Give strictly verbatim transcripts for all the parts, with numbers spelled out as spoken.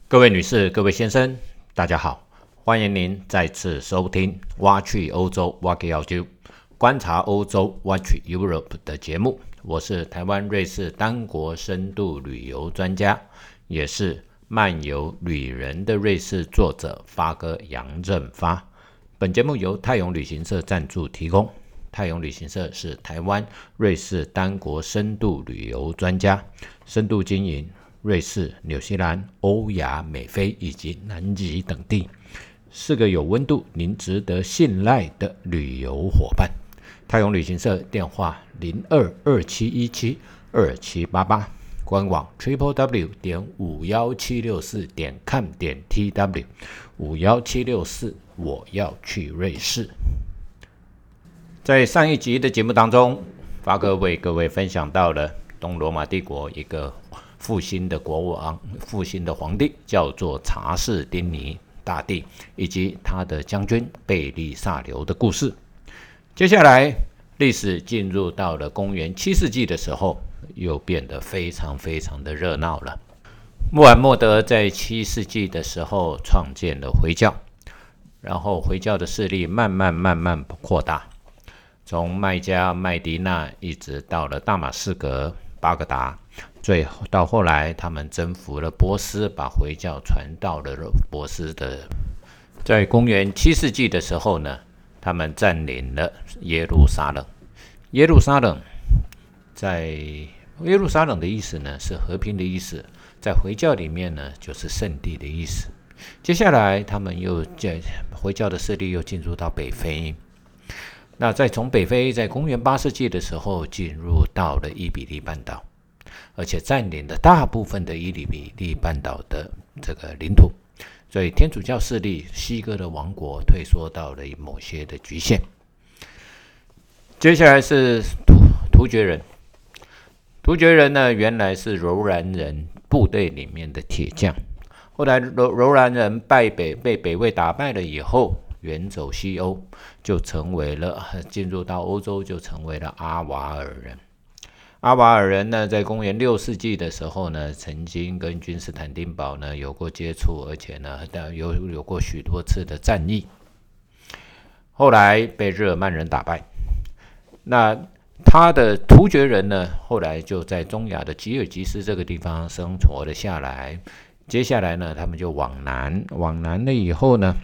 各位女士、各位先生，大家好，欢迎您再次收听挖去欧洲挖给澳洲观察欧洲 Watch Europe 的节目。我是台湾瑞士单国深度旅游专家，也是漫游旅人的瑞士作者发哥杨正发。本节目由泰永旅行社赞助提供。泰永旅行社是台湾瑞士单国深度旅游专家，深度经营瑞士、纽西兰、欧亚、美非以及南极等地，是个有温度、您值得信赖的旅游伙伴。泰永旅行社电话零二二七一七二七八八，官网 triple w 点五一七六四点 com 点 tw 五一七六四，我要去瑞士。在上一集的节目当中，发哥为各位分享到了东罗马帝国一个复兴的国王、复兴的皇帝，叫做查士丁尼大帝，以及他的将军贝利萨留的故事。接下来，历史进入到了公元七世纪的时候，又变得非常非常的热闹了。穆罕默德在七世纪的时候创建了回教，然后回教的势力慢慢慢慢扩大，从麦加、麦迪那一直到了大马士革、巴格达。最后到后来，他们征服了波斯，把回教传到了波斯的。在公元七世纪的时候呢，他们占领了耶路撒冷。耶路撒冷在耶路撒冷的意思呢是和平的意思，在回教里面呢就是圣地的意思。接下来，他们又在回教的势力又进入到北非。那再从北非，在公元八世纪的时候进入到了伊比利半岛，而且占领了大部分的伊比利半岛的这个领土，所以天主教势力西哥的王国退缩到了某些的局限。接下来是突突厥人，突厥人呢原来是柔然人部队里面的铁匠，后来柔柔然人败北被北魏打败了以后，远走西欧，就成为了进入到欧洲，就成为了阿瓦尔人。阿瓦尔人呢，在公元六世纪的时候呢，曾经跟君士坦丁堡呢有过接触，而且呢有有过许多次的战役。后来被日耳曼人打败。那他的突厥人呢，后来就在中亚的吉尔吉斯这个地方生活了下来。接下来呢，他们就往南，往南了以后呢，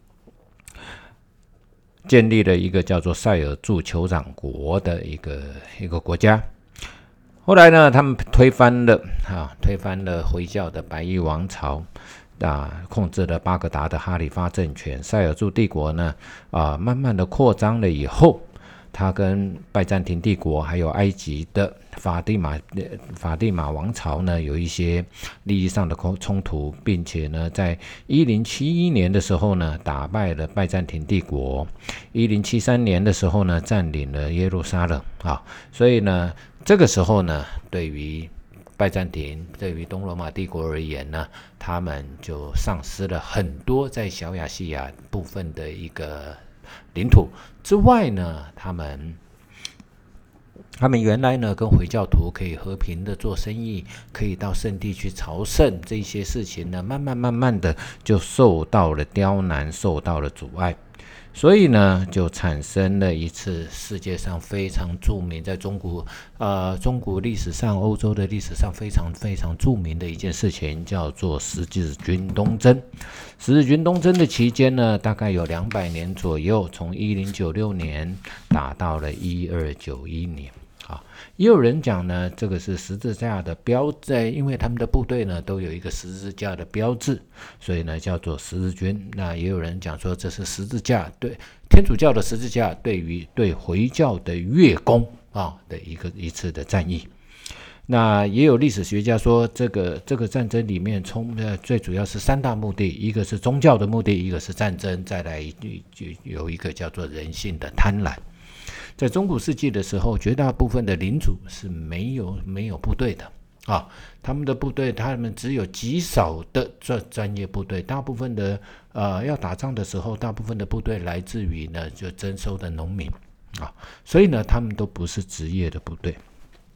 建立了一个叫做塞尔柱酋长国的一个一个国家。后来呢，他们推翻了啊，推翻了回教的白衣王朝，啊，控制了巴格达的哈里发政权。塞尔柱帝国呢，啊，慢慢的扩张了以后，他跟拜占庭帝国还有埃及的法蒂玛法蒂玛王朝呢有一些利益上的冲突，并且呢，在一零七一年的时候呢，打败了拜占庭帝国。一零七三年的时候呢，占领了耶路撒冷啊，所以呢，这个时候呢，对于拜占庭、对于东罗马帝国而言呢，他们就丧失了很多在小亚细亚部分的一个领土之外呢，他们他们原来呢跟回教徒可以和平的做生意，可以到圣地去朝圣，这些事情呢，慢慢慢慢的就受到了刁难，受到了阻碍。所以呢，就产生了一次世界上非常著名，在中国呃中国历史上、欧洲的历史上非常非常著名的一件事情，叫做十字军东征。十字军东征的期间呢，大概有两百年左右，从一零九六年打到了一二九一年。啊，也有人讲呢，这个是十字架的标志，因为他们的部队呢都有一个十字架的标志，所以呢叫做十字军。那也有人讲说，这是十字架对天主教的十字架对于对回教的月攻啊的一个一次的战役。那也有历史学家说，这个这个战争里面冲呃最主要是三大目的，一个是宗教的目的，一个是战争，再来就有一个叫做人性的贪婪。在中古世纪的时候，绝大部分的领主是没有没有部队的啊，他们的部队，他们只有极少的专专业部队，大部分的呃要打仗的时候，大部分的部队来自于呢就征收的农民啊，所以呢他们都不是职业的部队。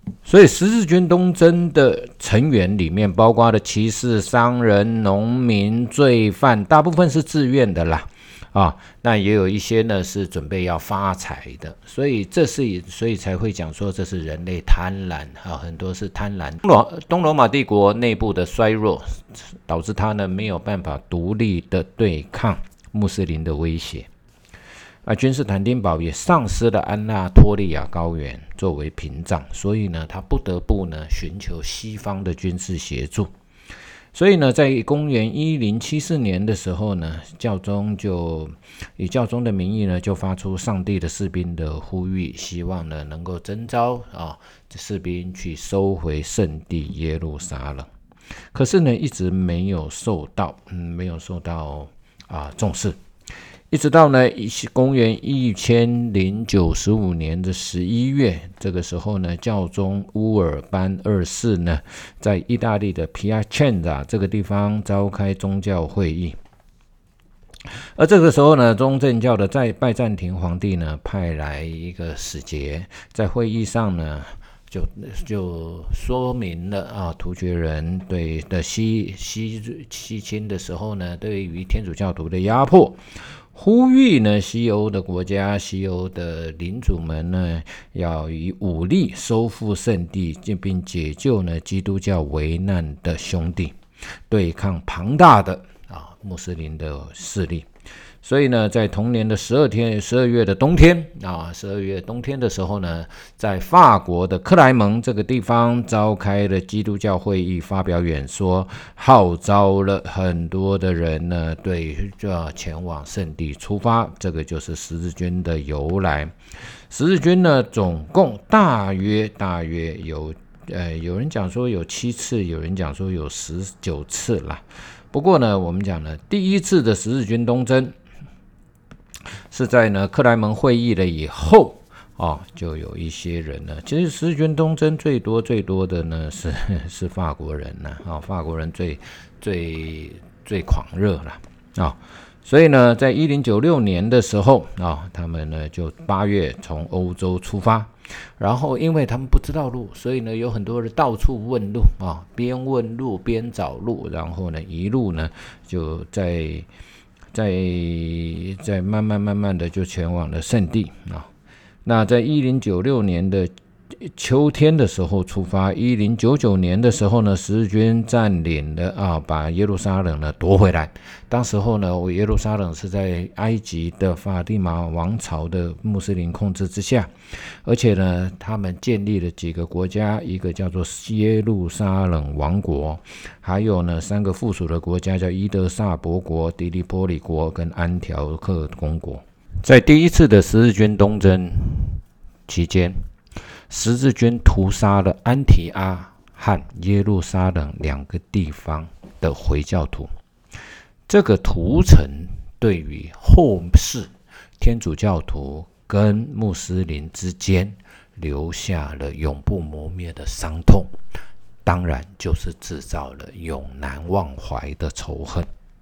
所以十字军东征的成员里面，包括了骑士、商人、农民、罪犯，大部分是自愿的啦。啊，那也有一些呢是准备要发财的，所以这是所以才会讲说这是人类贪婪啊，很多是贪婪。东罗马帝国内部的衰弱，导致他呢没有办法独立的对抗穆斯林的威胁。啊，君士坦丁堡也丧失了安纳托利亚高原作为屏障，所以呢，他不得不呢寻求西方的军事协助。所以呢，在公元一零七四年的时候呢，教宗就以教宗的名义呢，就发出上帝的士兵的呼吁，希望呢能够征召啊士兵去收回圣地耶路撒冷。可是呢，一直没有受到，嗯，没有受到啊重视。一直到呢公元一千零九十五年的十一月，这个时候呢，教宗乌尔班二世呢，在意大利的皮亚切扎这个地方召开宗教会议。而这个时候呢，东正教的在拜占庭皇帝呢，派来一个使节，在会议上呢，就就说明了啊，突厥人对的西西西侵的时候呢，对于天主教徒的压迫。呼吁呢，西欧的国家、西欧的领主们呢，要以武力收复圣地，并解救呢基督教危难的兄弟，对抗庞大的啊穆斯林的势力。所以呢，在同年的十二天、十二月的冬天啊，十二月冬天的时候呢，在法国的克莱蒙这个地方召开了基督教会议，发表演说，号召了很多的人呢，对，就要前往圣地出发。这个就是十字军的由来。十字军呢，总共大约大约有，呃，有人讲说有七次，有人讲说有十九次啦。不过呢，我们讲呢，第一次的十字军东征。是在呢克莱蒙会议了以后哦，就有一些人呢，其实十字军东征最多最多的呢是是法国人呢，啊、哦，法国人最最最狂热了啊、哦，所以呢，在一零九六年的时候啊、哦，他们呢就八月从欧洲出发，然后因为他们不知道路，所以呢有很多人到处问路啊、哦，边问路边找路，然后呢一路呢就在。在在慢慢慢慢的就前往了圣地啊。那在一零九六年的秋天的时候出发，一零九九年的时候呢，十字军占领了啊，把耶路撒冷呢夺回来。当时候呢，耶路撒冷是在埃及的法蒂玛王朝的穆斯林控制之下，而且呢，他们建立了几个国家，一个叫做耶路撒冷王国，还有呢三个附属的国家叫伊德萨伯国、迪利波里国跟安条克公国。在第一次的十字军东征期间，十字军屠杀了安提阿和耶路撒冷两个地方的回教徒。这个屠城对于后世天主教徒跟穆斯林之间留下了永不磨灭的伤痛，当然就是制造了永难忘怀的仇恨。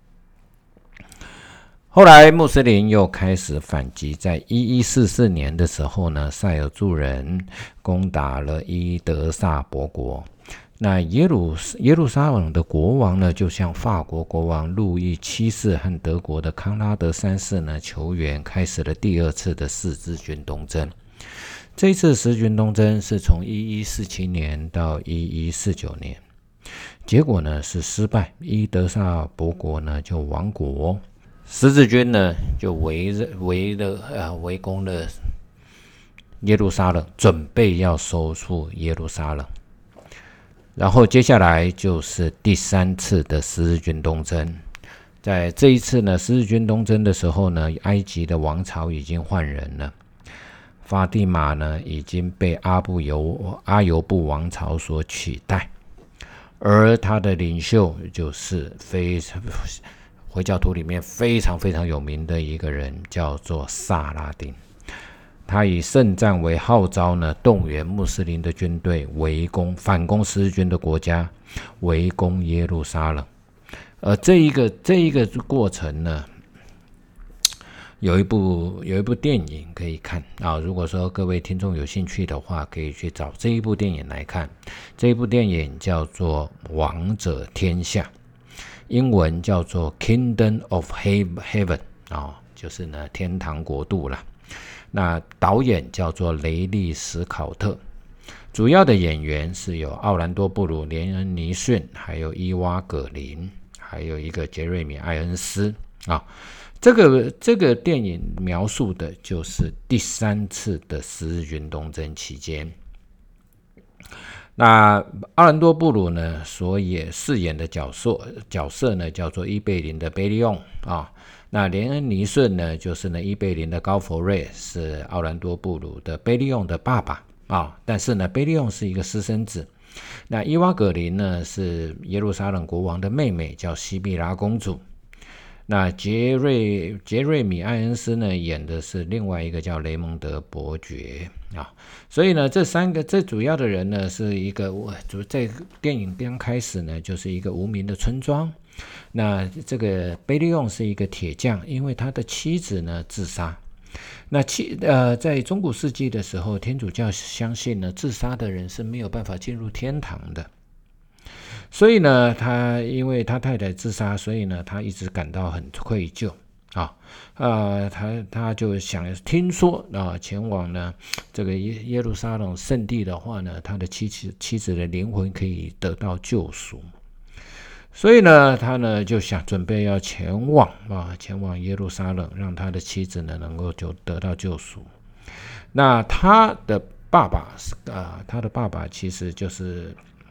后来穆斯林又开始反击，在一一四四年的时候呢，塞尔柱人攻打了伊德萨伯国。那耶路耶路撒冷的国王呢，就向法国国王路易七世和德国的康拉德三世呢求援，开始了第二次的十字军东征。这一次十字军东征是从一一四七年到一一四九年，结果呢是失败，伊德萨伯国呢就亡国。十字军呢就围围了呃围攻了耶路撒冷，准备要收复耶路撒冷。然后接下来就是第三次的十字军东征。在这一次呢，十字军东征的时候呢，埃及的王朝已经换人了，法蒂玛呢已经被阿布尤阿尤布王朝所取代，而他的领袖就是非常回教徒里面非常非常有名的一个人，叫做萨拉丁。他以圣战为号召呢，动员穆斯林的军队围攻反攻十字军的国家，围攻耶路撒冷。而这一个这一个过程呢， 有一部有一部电影可以看啊。如果说各位听众有兴趣的话，可以去找这一部电影来看。这一部电影叫做《王者天下》，英文叫做 Kingdom of Heaven 啊，就是呢天堂国度啦。那导演叫做雷利·史考特，主要的演员是有奥兰多·布鲁、连恩·尼逊，还有伊娃·葛林，还有一个杰瑞米·艾恩斯啊。这个这个电影描述的就是第三次的十字军东征期间，那奥兰多·布鲁呢所也饰演的角色角色呢叫做伊贝林的贝利翁啊。那连恩·尼逊呢就是呢伊贝林的高佛瑞，是奥兰多·布鲁的贝利翁的爸爸啊。但是呢贝利翁是一个私生子。那伊娃·葛林呢是耶路撒冷国王的妹妹，叫西比拉公主。那杰瑞杰瑞米·艾恩斯呢演的是另外一个叫雷蒙德伯爵啊。所以呢这三个最主要的人呢是一个在电影刚开始呢就是一个无名的村庄。那这个贝利翁是一个铁匠，因为他的妻子呢自杀。那妻呃在中古世纪的时候，天主教相信呢自杀的人是没有办法进入天堂的。所以呢他因为他太太自杀，所以呢他一直感到很愧疚啊，呃他他就想听说啊前往呢这个耶路撒冷圣地的话呢，他的妻子妻子的灵魂可以得到救赎。所以呢他呢就想准备要前往啊前往耶路撒冷，让他的妻子呢能够就得到救赎。那他的爸爸啊他的爸爸其实就是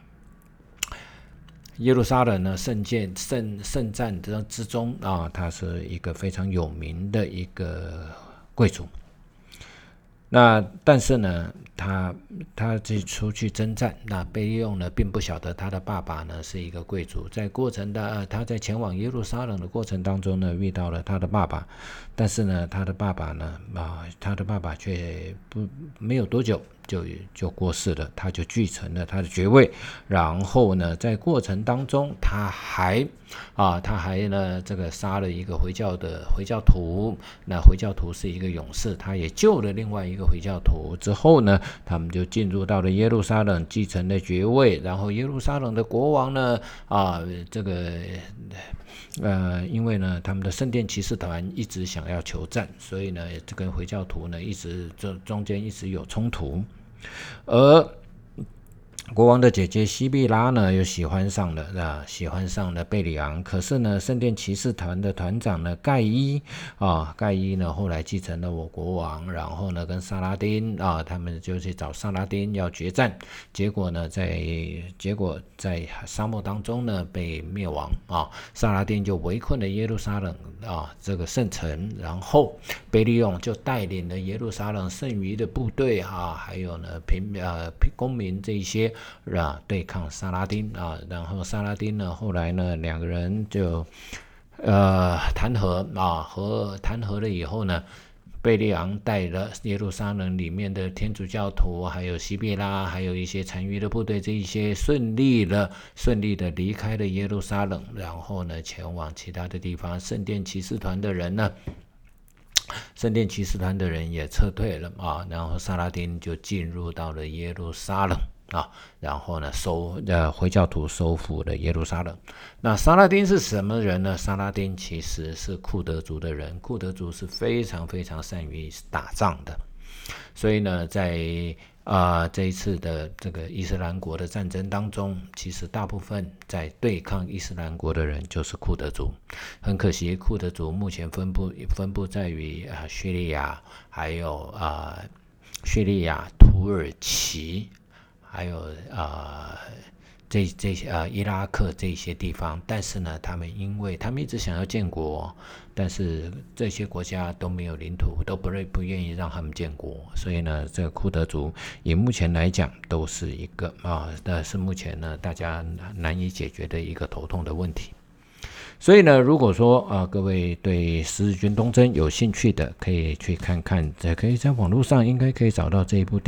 耶路撒冷呢圣剑圣圣战之中啊，他是一个非常有名的一个贵族。那但是呢他他出去征战，那贝利翁呢并不晓得他的爸爸呢是一个贵族。在过程的、呃、他在前往耶路撒冷的过程当中呢遇到了他的爸爸，但是呢他的爸爸呢啊他的爸爸却不没有多久就就过世了，他就继承了他的爵位。然后呢在过程当中他还啊他还呢这个杀了一个回教的回教徒，那回教徒是一个勇士，他也救了另外一个回教徒。之后呢他们就进入到了耶路撒冷，继承了爵位。然后耶路撒冷的国王呢啊这个呃因为呢他们的圣殿骑士团一直想要求战，所以呢这跟回教徒呢一直这中间一直有冲突。而国王的姐姐西比拉呢又喜欢上了啊，喜欢上了贝里昂。可是呢圣殿骑士团的团长呢盖伊啊，盖伊呢后来继承了我国王，然后呢跟萨拉丁啊他们就去找萨拉丁要决战，结果呢在结果在沙漠当中呢被灭亡啊。萨拉丁就围困了耶路撒冷啊这个圣城，然后贝利翁就带领了耶路撒冷剩余的部队啊，还有呢平呃公民这一些啊对抗萨拉丁啊。然后萨拉丁呢后来呢两个人就呃谈和啊和谈和了以后呢，贝利昂带了耶路撒冷里面的天主教徒，还有西比拉，还有一些残余的部队，这一些顺利的顺利的离开了耶路撒冷，然后呢前往其他的地方。圣殿骑士团的人呢圣殿骑士团的人也撤退了啊，然后萨拉丁就进入到了耶路撒冷啊，然后呢收呃回教徒收复了耶路撒冷。那萨拉丁是什么人呢？萨拉丁其实是库德族的人，库德族是非常非常善于打仗的，所以呢在啊、呃，这一次的这个伊斯兰国的战争当中，其实大部分在对抗伊斯兰国的人就是库德族。很可惜，库德族目前分布分布在于啊、呃、叙利亚，还有啊、呃、叙利亚、土耳其，还有啊。呃这这些呃伊拉克这些地方，但是呢，他们因为他们一直想要建国，但是这些国家都没有领土，都不不愿意让他们建国，所以呢，这个库德族以目前来讲都是一个啊，那是目前呢大家难以解决的一个头痛的问题。所以呢，如果说啊各位对十字军东征有兴趣的，可以去看看，可以在网络上应该可以找到这一部电影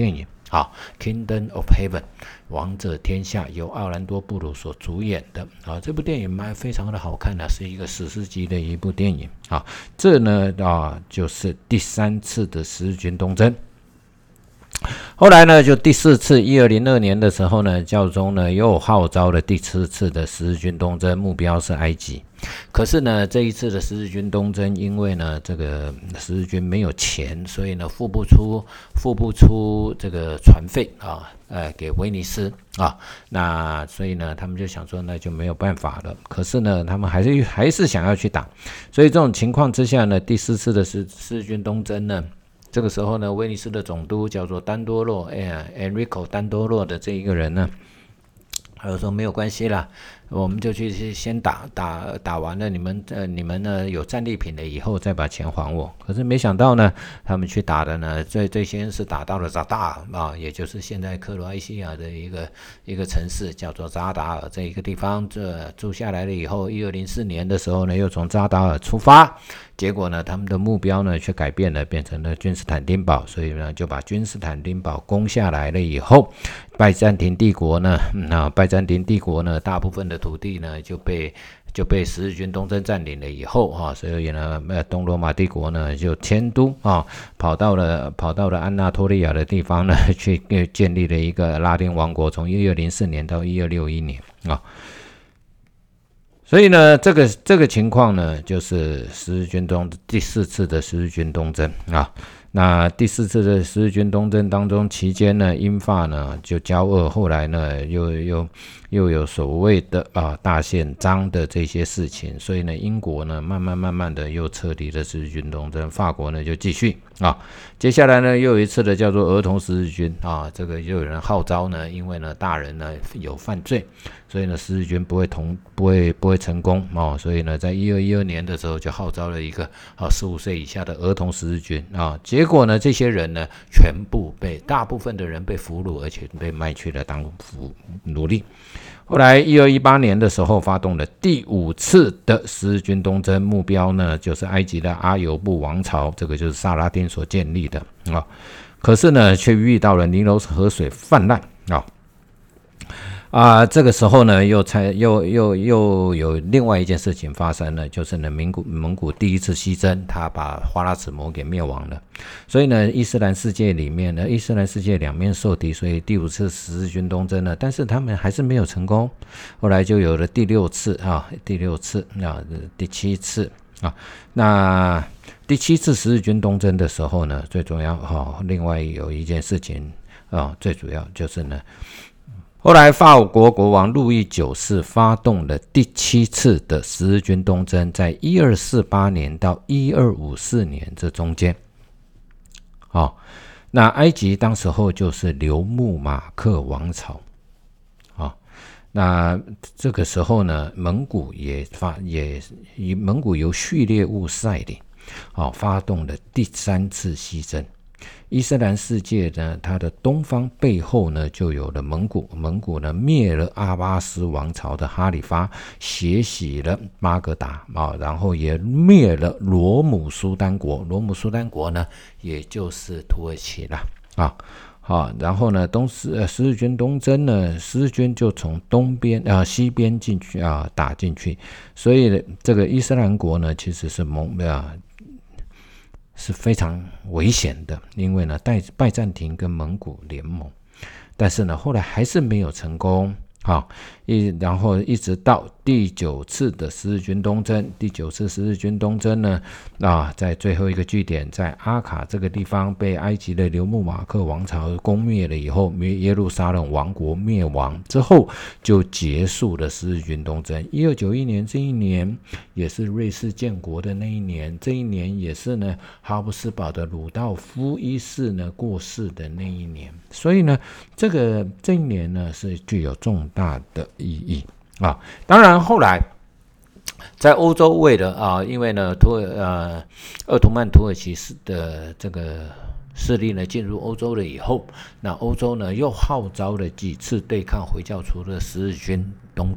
好 ，Kingdom of Heaven， 王者天下，由奥兰多·布鲁所主演的啊，这部电影蛮非常的好看的、啊，是一个史诗级的一部电影啊。这呢啊，就是第三次的十字军东征。后来呢，就第四次，一二零二年的时候呢，教宗呢又号召了第四次的十字军东征，目标是埃及。可是呢，这一次的十字军东征，因为呢这个十字军没有钱，所以呢付不出付不出这个船费啊，呃给威尼斯啊，那所以呢他们就想说那就没有办法了。可是呢，他们还是还是想要去打，所以这种情况之下呢，第四次的十字军东征呢。这个时候呢，威尼斯的总督叫做丹多洛，哎 ，Enrico 丹多洛的这一个人呢，他就说没有关系啦，我们就去先打打打完了，你们呃你们呢有战利品了以后再把钱还我。可是没想到呢，他们去打的呢，最最先是打到了扎达尔啊，也就是现在克罗埃西亚的一个一个城市，叫做扎达尔这一个地方。这住下来了以后，一二零四年的时候呢，又从扎达尔出发。结果呢，他们的目标呢却改变了，变成了君士坦丁堡，所以呢就把君士坦丁堡攻下来了以后，拜占庭帝国呢，那、嗯、拜占庭帝国呢，大部分的土地呢就被就被十字军东征占领了以后啊，所以呢，东罗马帝国呢就迁都啊，跑到了跑到了安纳托利亚的地方呢，去建立了一个拉丁王国，从一二零四年到一二六一年啊。所以呢，这个这个情况呢，就是十字军东第四次的十字军东征啊。那第四次的十字军东征当中期间呢，英法呢就交恶，后来呢又又又有所谓的啊大宪章的这些事情，所以呢，英国呢慢慢慢慢的又撤离了十字军东征，法国呢就继续啊。接下来呢又有一次的叫做儿童十字军啊，这个又有人号召呢，因为呢大人呢有犯罪，所以呢十字军不会同不会不会成功哦，所以呢在一二一二年的时候就号召了一个啊十五岁以下的儿童十字军啊，结果呢这些人呢全部被大部分的人被俘虏，而且被卖去了当奴隶。后来一二一八年的时候发动了第五次的十字军东征，目标呢就是埃及的阿尤布王朝，这个就是萨拉丁所建立的啊。可是呢却遇到了尼罗河水泛滥啊。啊，这个时候呢，又才又又又有另外一件事情发生了，就是呢，蒙古蒙古第一次西征，他把花剌子模给灭亡了。所以呢，伊斯兰世界里面呢，伊斯兰世界两面受敌，所以第五次十字军东征呢，但是他们还是没有成功。后来就有了第六次啊，第六次啊，第七次啊，那第七次十字军东征的时候呢，最重要哈、哦，另外有一件事情啊、哦，最主要就是呢。后来，法国国王路易九世发动了第七次的十字军东征，在一二四八年到一二五四年这中间，哦，那埃及当时候就是留木马克王朝，哦，那这个时候呢，蒙古也发也蒙古由序列兀率领，哦，发动了第三次西征。伊斯兰世界呢，它的东方背后呢，就有了蒙古。蒙古呢，灭了阿巴斯王朝的哈里发，血洗了巴格达啊，然后也灭了罗姆苏丹国。罗姆苏丹国呢，也就是土耳其了啊。好，然后呢，东十呃十字军东征呢，十字军就从东边啊、呃、西边进去啊打进去，所以这个伊斯兰国呢，其实是蒙啊。是非常危险的，因为呢，拜拜占庭跟蒙古联盟，但是呢，后来还是没有成功。好，一然后一直到第九次的十字军东征，第九次十字军东征呢，啊，在最后一个据点，在阿卡这个地方被埃及的留木马克王朝攻灭了以后，耶路撒冷王国灭亡之后，就结束了十字军东征。一二九一年这一年也是瑞士建国的那一年，这一年也是呢哈布斯堡的鲁道夫一世呢过世的那一年，所以呢，这个这一年呢是具有重大的意义啊。当然后来在欧洲为了啊，因为呢土耳呃鄂图曼土耳其的这个势力呢进入欧洲了以后，那欧洲呢又号召了几次对抗回教徒的十字军东征，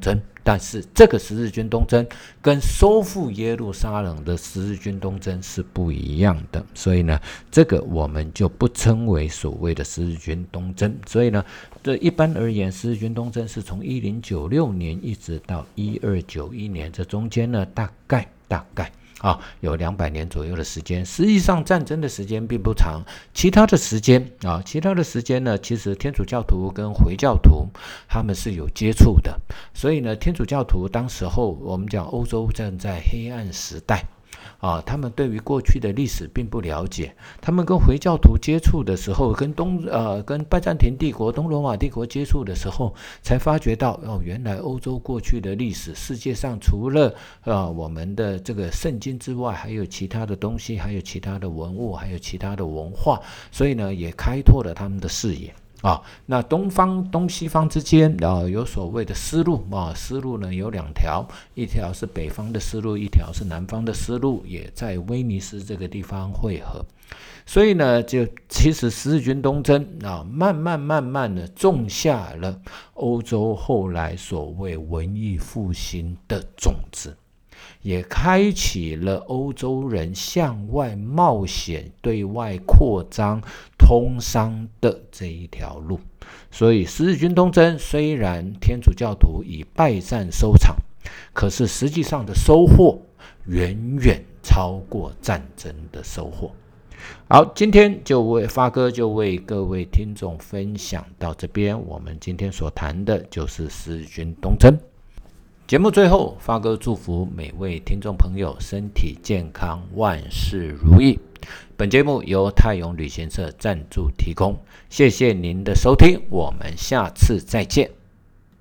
但是这个十字军东征跟收复耶路撒冷的十字军东征是不一样的，所以呢，这个我们就不称为所谓的十字军东征。所以呢，这一般而言，十字军东征是从一零九六年一直到一二九一年，这中间呢，大概大概。啊，有两百年左右的时间，实际上战争的时间并不长，其他的时间啊，其他的时间呢，其实天主教徒跟回教徒他们是有接触的，所以呢，天主教徒当时候我们讲欧洲正在黑暗时代。啊，他们对于过去的历史并不了解，他们跟回教徒接触的时候，跟东呃跟拜占庭帝国、东罗马帝国接触的时候，才发觉到哦，原来欧洲过去的历史，世界上除了呃我们的这个圣经之外，还有其他的东西，还有其他的文物，还有其他的文化，所以呢，也开拓了他们的视野。啊，那东方东西方之间啊，有所谓的丝路啊，丝路呢有两条，一条是北方的丝路，一条是南方的丝路，也在威尼斯这个地方汇合。所以呢，就其实十字军东征啊，慢慢慢慢的种下了欧洲后来所谓文艺复兴的种子。也开启了欧洲人向外冒险、对外扩张、通商的这一条路。所以十字军东征虽然天主教徒以败战收场，可是实际上的收获远远超过战争的收获。好，今天就为发哥就为各位听众分享到这边，我们今天所谈的就是十字军东征。节目最后，发哥祝福每位听众朋友身体健康，万事如意。本节目由泰永旅行社赞助提供，谢谢您的收听，我们下次再见。